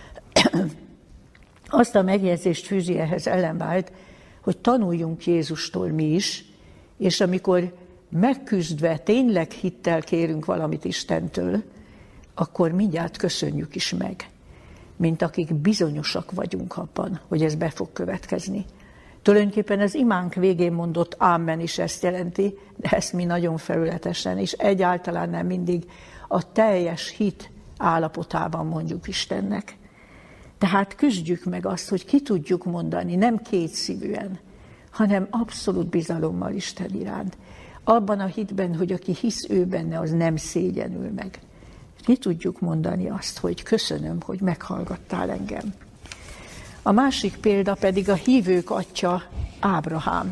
Azt a megjegyzést fűzi ehhez Ellen White, hogy tanuljunk Jézustól mi is, és amikor megküzdve tényleg hittel kérünk valamit Istentől, akkor mindjárt köszönjük is meg, mint akik bizonyosak vagyunk abban, hogy ez be fog következni. Tulajdonképpen az imánk végén mondott ámen is ezt jelenti, de ezt mi nagyon felületesen, és egyáltalán nem mindig a teljes hit állapotában mondjuk Istennek. Tehát küzdjük meg azt, hogy ki tudjuk mondani, nem kétszívűen, hanem abszolút bizalommal Isten iránt. Abban a hitben, hogy aki hisz ő benne, az nem szégyenül meg. Ki tudjuk mondani azt, hogy köszönöm, hogy meghallgattál engem. A másik példa pedig a hívők atya Ábrahám.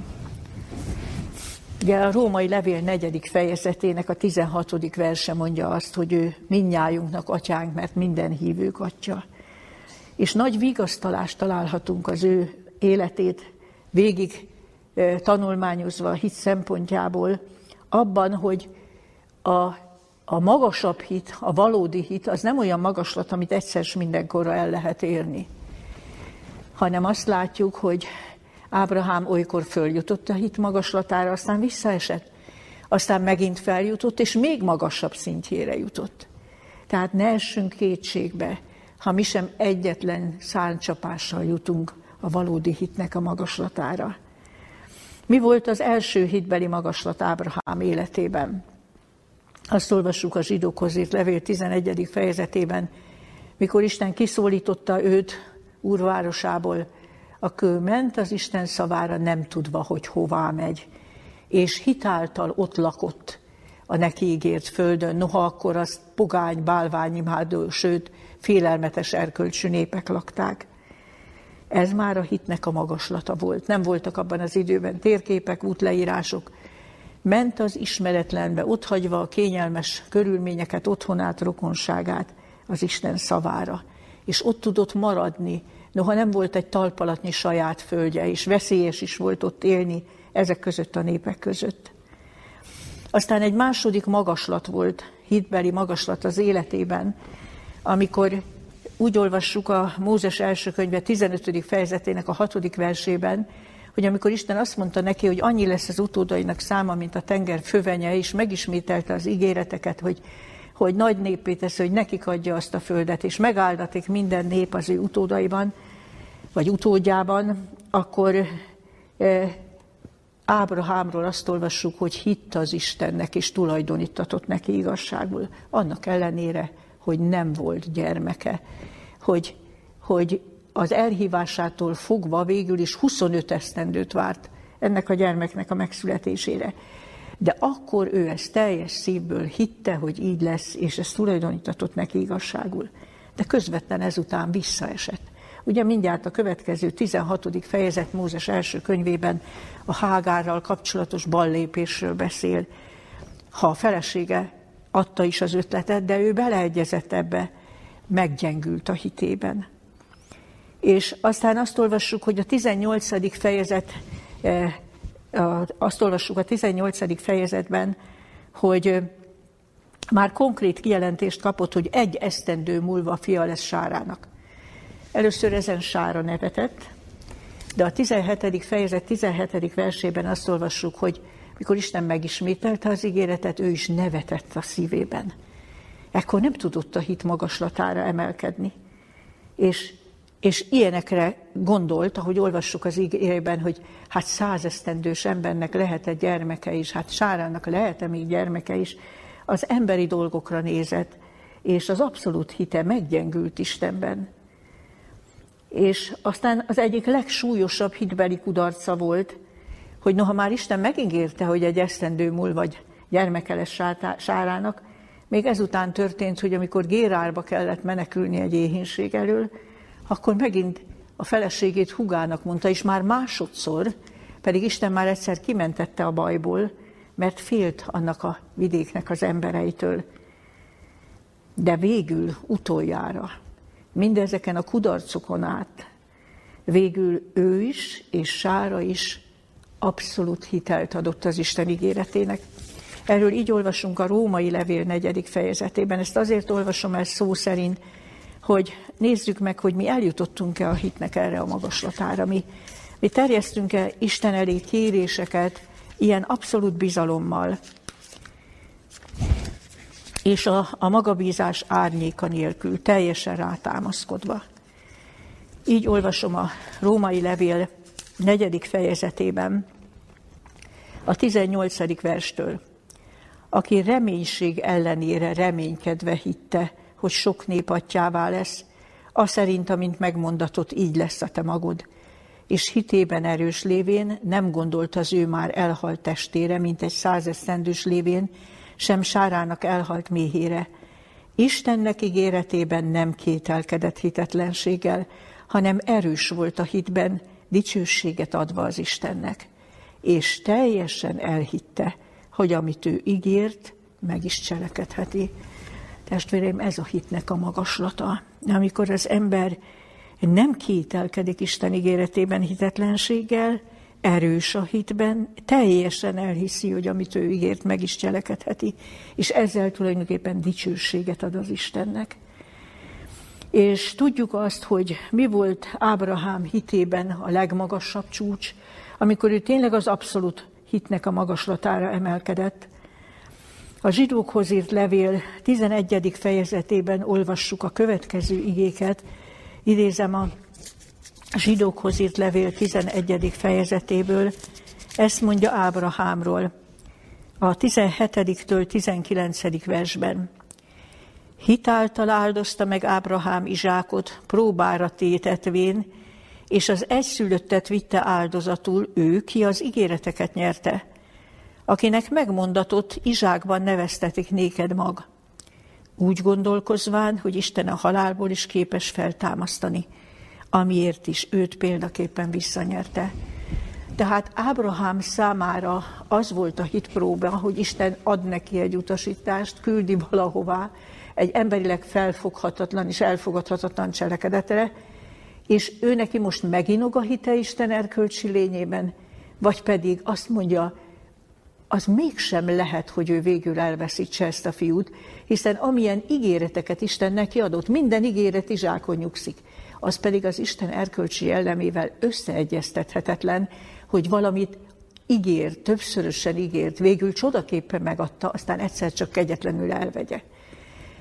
Ugye a római levél 4. fejezetének a 16. verse mondja azt, hogy ő mindnyájunknak atyánk, mert minden hívők atya. És nagy vigasztalást találhatunk az ő életét végig tanulmányozva a hit szempontjából, abban, hogy a magasabb hit, a valódi hit, az nem olyan magaslat, amit egyszer s mindenkorra el lehet érni, hanem azt látjuk, hogy Ábrahám olykor följutott a hit magaslatára, aztán visszaesett, aztán megint feljutott, és még magasabb szintjére jutott. Tehát ne essünk kétségbe, ha mi sem egyetlen szárnycsapással jutunk a valódi hitnek a magaslatára. Mi volt az első hitbeli magaslat Ábrahám életében? Azt olvassuk a Zsidókhoz írt levél 11. fejezetében, mikor Isten kiszólította őt úrvárosából, akkor ment az Isten szavára, nem tudva, hogy hová megy, és hitáltal ott lakott a neki ígért földön, noha akkor azt pogány, bálványimádó, sőt, félelmetes erkölcsű népek lakták. Ez már a hitnek a magaslata volt. Nem voltak abban az időben térképek, útleírások. Ment az ismeretlenbe, otthagyva a kényelmes körülményeket, otthonát, rokonságát az Isten szavára. És ott tudott maradni, noha nem volt egy talpalatnyi saját földje, és veszélyes is volt ott élni ezek között a népek között. Aztán egy második magaslat volt, hitbeli magaslat az életében, amikor úgy olvassuk a Mózes első könyve 15. fejezetének a 6. versében, hogy amikor Isten azt mondta neki, hogy annyi lesz az utódainak száma, mint a tenger fövenye, és megismételte az ígéreteket, hogy nagy néppé tesz, hogy nekik adja azt a földet, és megáldatik minden nép az ő utódaiban, vagy utódjában, akkor Ábrahámról azt olvassuk, hogy hitt az Istennek, és tulajdonítatott neki igazságul. Annak ellenére, hogy nem volt gyermeke. Hogy az elhívásától fogva végül is 25 esztendőt várt ennek a gyermeknek a megszületésére. De akkor ő ezt teljes szívből hitte, hogy így lesz, és ezt tulajdonítatott neki igazságul. De közvetlen ezután visszaesett. Ugye mindjárt a következő 16. fejezet Mózes első könyvében a Hágárral kapcsolatos ballépésről beszél. Ha a felesége adta is az ötletet, de ő beleegyezett ebbe, meggyengült a hitében. És aztán azt olvassuk, hogy a 18. fejezet, azt olvassuk a 18. fejezetben, hogy már konkrét kijelentést kapott, hogy 1 esztendő múlva fia lesz Sárának. Először ezen Sára nevetett, de a 17. fejezet 17. versében azt olvassuk, hogy mikor Isten megismételte az ígéretet, ő is nevetett a szívében. Ekkor nem tudott a hit magaslatára emelkedni. És ilyenekre gondolt, ahogy olvassuk az ígérben, hogy hát 100 esztendős embernek lehet-e gyermeke is, hát Sárának lehet-e még gyermeke is. Az emberi dolgokra nézett, és az abszolút hite meggyengült Istenben. És aztán az egyik legsúlyosabb hitbeli kudarca volt, hogy noha már Isten megígérte, hogy 1 esztendő múlva gyermeke lesz Sárának, még ezután történt, hogy amikor Gérárba kellett menekülni egy éhínség elől, akkor megint a feleségét húgának mondta, és már másodszor, pedig Isten már egyszer kimentette a bajból, mert félt annak a vidéknek az embereitől. De végül, utoljára, mindezeken a kudarcokon át, végül ő is és Sára is abszolút hitelt adott az Isten ígéretének. Erről így olvasunk a Római levél 4. fejezetében. Ezt azért olvasom el szó szerint, hogy nézzük meg, hogy mi eljutottunk-e a hitnek erre a magaslatára. Mi terjesztünk-e Isten elé kéréseket ilyen abszolút bizalommal, és a magabízás árnyéka nélkül, teljesen rátámaszkodva. Így olvasom a Római levél 4. fejezetében, a 18. verstől. Aki reménység ellenére reménykedve hitte, hogy sok nép atyjává lesz, aszerint, amint megmondatott, így lesz a te magod. És hitében erős lévén nem gondolt az ő már elhalt testére, mint egy 100 esztendős lévén, sem Sárának elhalt méhére. Istennek ígéretében nem kételkedett hitetlenséggel, hanem erős volt a hitben, dicsőséget adva az Istennek. És teljesen elhitte, hogy amit ő ígért, meg is cselekedheti. Testvéreim, ez a hitnek a magaslata. Amikor az ember nem kételkedik Isten ígéretében hitetlenséggel, erős a hitben, teljesen elhiszi, hogy amit ő ígért, meg is cselekedheti, és ezzel tulajdonképpen dicsőséget ad az Istennek. És tudjuk azt, hogy mi volt Ábrahám hitében a legmagasabb csúcs, amikor ő tényleg az abszolút hitnek a magaslatára emelkedett. A zsidókhoz írt levél 11. fejezetében olvassuk a következő igéket. Idézem a zsidókhoz írt levél 11. fejezetéből. Ezt mondja Ábrahámról a 17-től 19. versben. Hit által áldozta meg Ábrahám Izsákot próbára tétetvén, és az egyszülöttet vitte áldozatul ő, ki az ígéreteket nyerte, akinek megmondatott, Izsákban neveztetik néked mag. Úgy gondolkozván, hogy Isten a halálból is képes feltámasztani, amiért is őt példaképpen visszanyerte. Tehát Ábrahám számára az volt a hitpróba, hogy Isten ad neki egy utasítást, küldi valahová, egy emberileg felfoghatatlan és elfogadhatatlan cselekedetre, és ő neki most meginog a hite Isten erkölcsi lényében, vagy pedig azt mondja, az mégsem lehet, hogy ő végül elveszítse ezt a fiút, hiszen amilyen ígéreteket Isten neki adott, minden ígéret Izsákon nyugszik, az pedig az Isten erkölcsi jellemével összeegyeztethetetlen, hogy valamit ígért, többszörösen ígért, végül csodaképpen megadta, aztán egyszer csak kegyetlenül elvegye.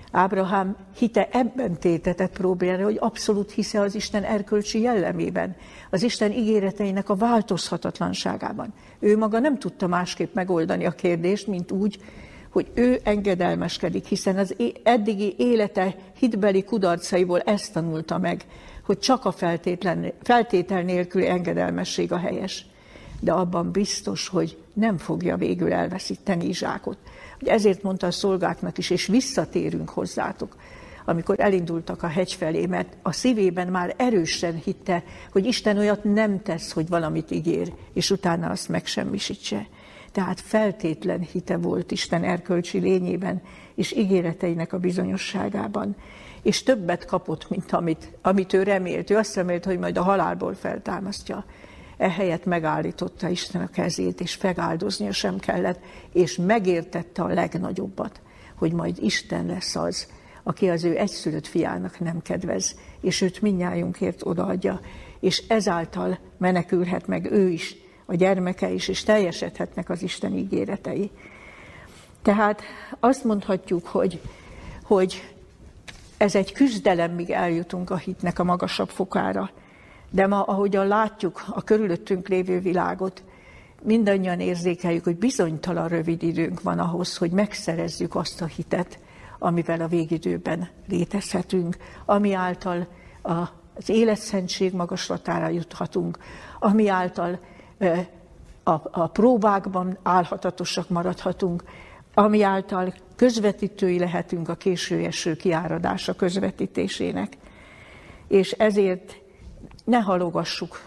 Ábrahám hite ebben tétetett próbára, hogy abszolút hisze az Isten erkölcsi jellemében, az Isten ígéreteinek a változhatatlanságában. Ő maga nem tudta másképp megoldani a kérdést, mint úgy, hogy ő engedelmeskedik, hiszen az eddigi élete hitbeli kudarcaiból ezt tanulta meg, hogy csak a feltétel nélküli engedelmesség a helyes. De abban biztos, hogy nem fogja végül elveszíteni Izsákot. Ezért mondta a szolgáknak is, és visszatérünk hozzátok, amikor elindultak a hegy felé, mert a szívében már erősen hitte, hogy Isten olyat nem tesz, hogy valamit ígér, és utána azt megsemmisítse. Tehát feltétlen hite volt Isten erkölcsi lényében, és ígéreteinek a bizonyosságában. És többet kapott, mint amit ő remélt. Ő azt remélt, hogy majd a halálból feltámasztja. Ehelyett megállította Isten a kezét, és feláldoznia sem kellett, és megértette a legnagyobbat, hogy majd Isten lesz az, aki az ő egyszülött fiának nem kedvez, és őt mindnyájunkért odaadja, és ezáltal menekülhet meg ő is, a gyermeke is, és teljesedhetnek az Isten ígéretei. Tehát azt mondhatjuk, hogy ez egy küzdelem, míg eljutunk a hitnek a magasabb fokára. De ma, ahogyan látjuk a körülöttünk lévő világot, mindannyian érzékeljük, hogy bizonytalan rövid időnk van ahhoz, hogy megszerezzük azt a hitet, amivel a végidőben létezhetünk, ami által az életszentség magaslatára juthatunk, ami által a próbákban állhatatosak maradhatunk, ami által közvetítői lehetünk a késő eső kiáradása közvetítésének. És ezért ne halogassuk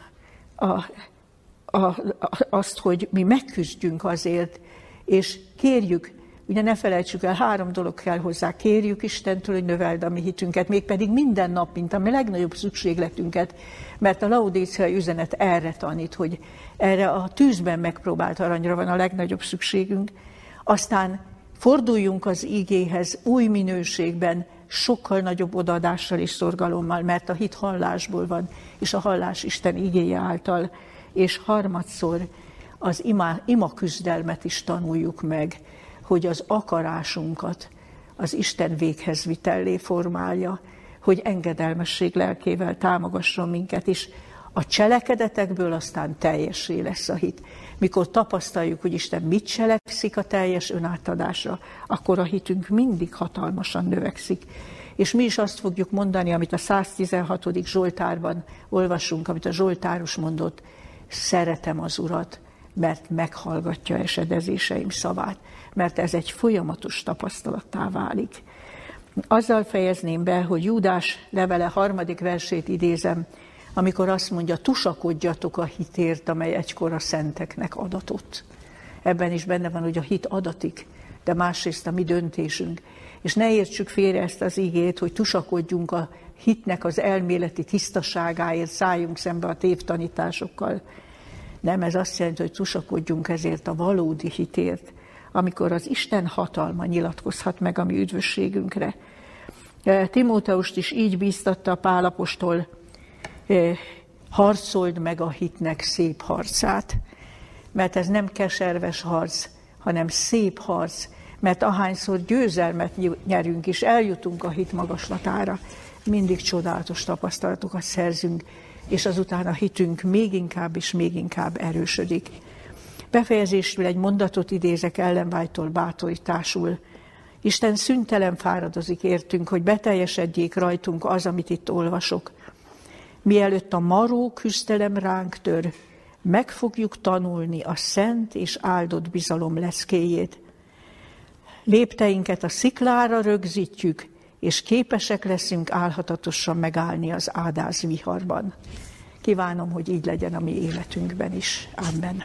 azt, hogy mi megküzdjünk azért, és kérjük, ugye ne felejtsük el, 3 dolog kell hozzá, kérjük Istentől, hogy növeld a mi hitünket, mégpedig minden nap, mint a mi legnagyobb szükségletünket, mert a laodéciai üzenet erre tanít, hogy erre a tűzben megpróbált aranyra van a legnagyobb szükségünk, aztán forduljunk az ígéhez új minőségben, sokkal nagyobb odaadással és szorgalommal, mert a hit hallásból van, és a hallás Isten igéje által, és harmadszor az ima küzdelmet is tanuljuk meg, hogy az akarásunkat az Isten véghez vitellé formálja, hogy engedelmesség lelkével támogasson minket is. A cselekedetekből aztán teljessé lesz a hit. Mikor tapasztaljuk, hogy Isten mit cselekszik a teljes önátadásra, akkor a hitünk mindig hatalmasan növekszik. És mi is azt fogjuk mondani, amit a 116. Zsoltárban olvasunk, amit a zsoltáros mondott, szeretem az Urat, mert meghallgatja esedezéseim szavát, mert ez egy folyamatos tapasztalattá válik. Azzal fejezném be, hogy Júdás levele 3. versét idézem, amikor azt mondja, tusakodjatok a hitért, amely egykor a szenteknek adatott. Ebben is benne van, hogy a hit adatik, de másrészt a mi döntésünk. És ne értsük félre ezt az igét, hogy tusakodjunk a hitnek az elméleti tisztaságáért, szálljunk szembe a tévtanításokkal. Nem, ez azt jelenti, hogy tusakodjunk ezért a valódi hitért, amikor az Isten hatalma nyilatkozhat meg a mi üdvösségünkre. Timóteust is így bíztatta Pál apostol, harcold meg a hitnek szép harcát, mert ez nem keserves harc, hanem szép harc, mert ahányszor győzelmet nyerünk és eljutunk a hit magaslatára, mindig csodálatos tapasztalatokat szerzünk, és azután a hitünk még inkább és még inkább erősödik. Befejezésül egy mondatot idézek Ellen White-tól bátorításul. Isten szüntelen fáradozik értünk, hogy beteljesedjék rajtunk az, amit itt olvasok. Mielőtt a maró küzdelem ránk tör, meg fogjuk tanulni a szent és áldott bizalom leszkéjét. Lépteinket a sziklára rögzítjük, és képesek leszünk álhatatosan megállni az ádáz viharban. Kívánom, hogy így legyen a mi életünkben is. Amen.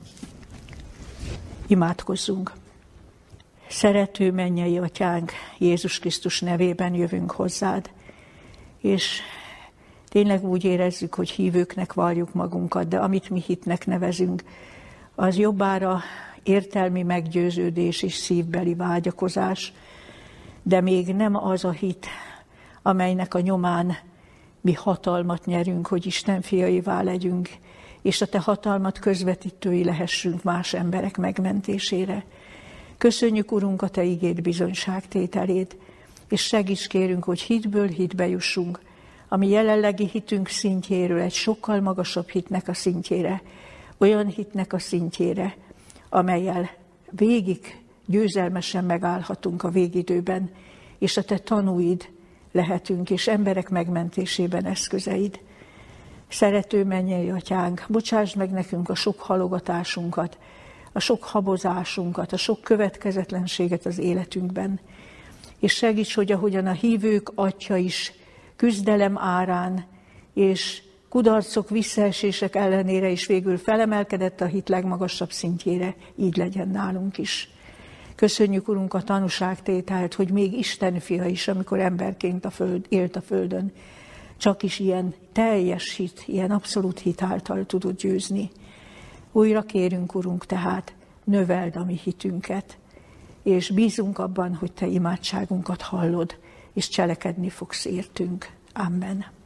Imádkozzunk. Szerető mennyei Atyánk, Jézus Krisztus nevében jövünk hozzád, és tényleg úgy érezzük, hogy hívőknek valljuk magunkat, de amit mi hitnek nevezünk, az jobbára értelmi meggyőződés és szívbeli vágyakozás, de még nem az a hit, amelynek a nyomán mi hatalmat nyerünk, hogy Isten fiaivá legyünk, és a te hatalmat közvetítői lehessünk más emberek megmentésére. Köszönjük, Urunk, a te igéd bizonyságtételét, és segíts kérünk, hogy hitből hitbe jussunk, ami jelenlegi hitünk szintjéről egy sokkal magasabb hitnek a szintjére, olyan hitnek a szintjére, amellyel végig győzelmesen megállhatunk a végidőben, és a te tanúid lehetünk, és emberek megmentésében eszközeid. Szerető mennyei atyánk, bocsásd meg nekünk a sok halogatásunkat, a sok habozásunkat, a sok következetlenséget az életünkben, és segíts, hogy ahogyan a hívők atya is küzdelem árán és kudarcok, visszaesések ellenére is végül felemelkedett a hit legmagasabb szintjére, így legyen nálunk is. Köszönjük, Urunk, a tanúságtételt, hogy még Isten fia is, amikor emberként élt a földön, csak is ilyen teljes hit, ilyen abszolút hit által tudott győzni. Újra kérünk, Urunk, tehát növeld a mi hitünket, és bízunk abban, hogy te imádságunkat hallod, és cselekedni fogsz értünk. Amen.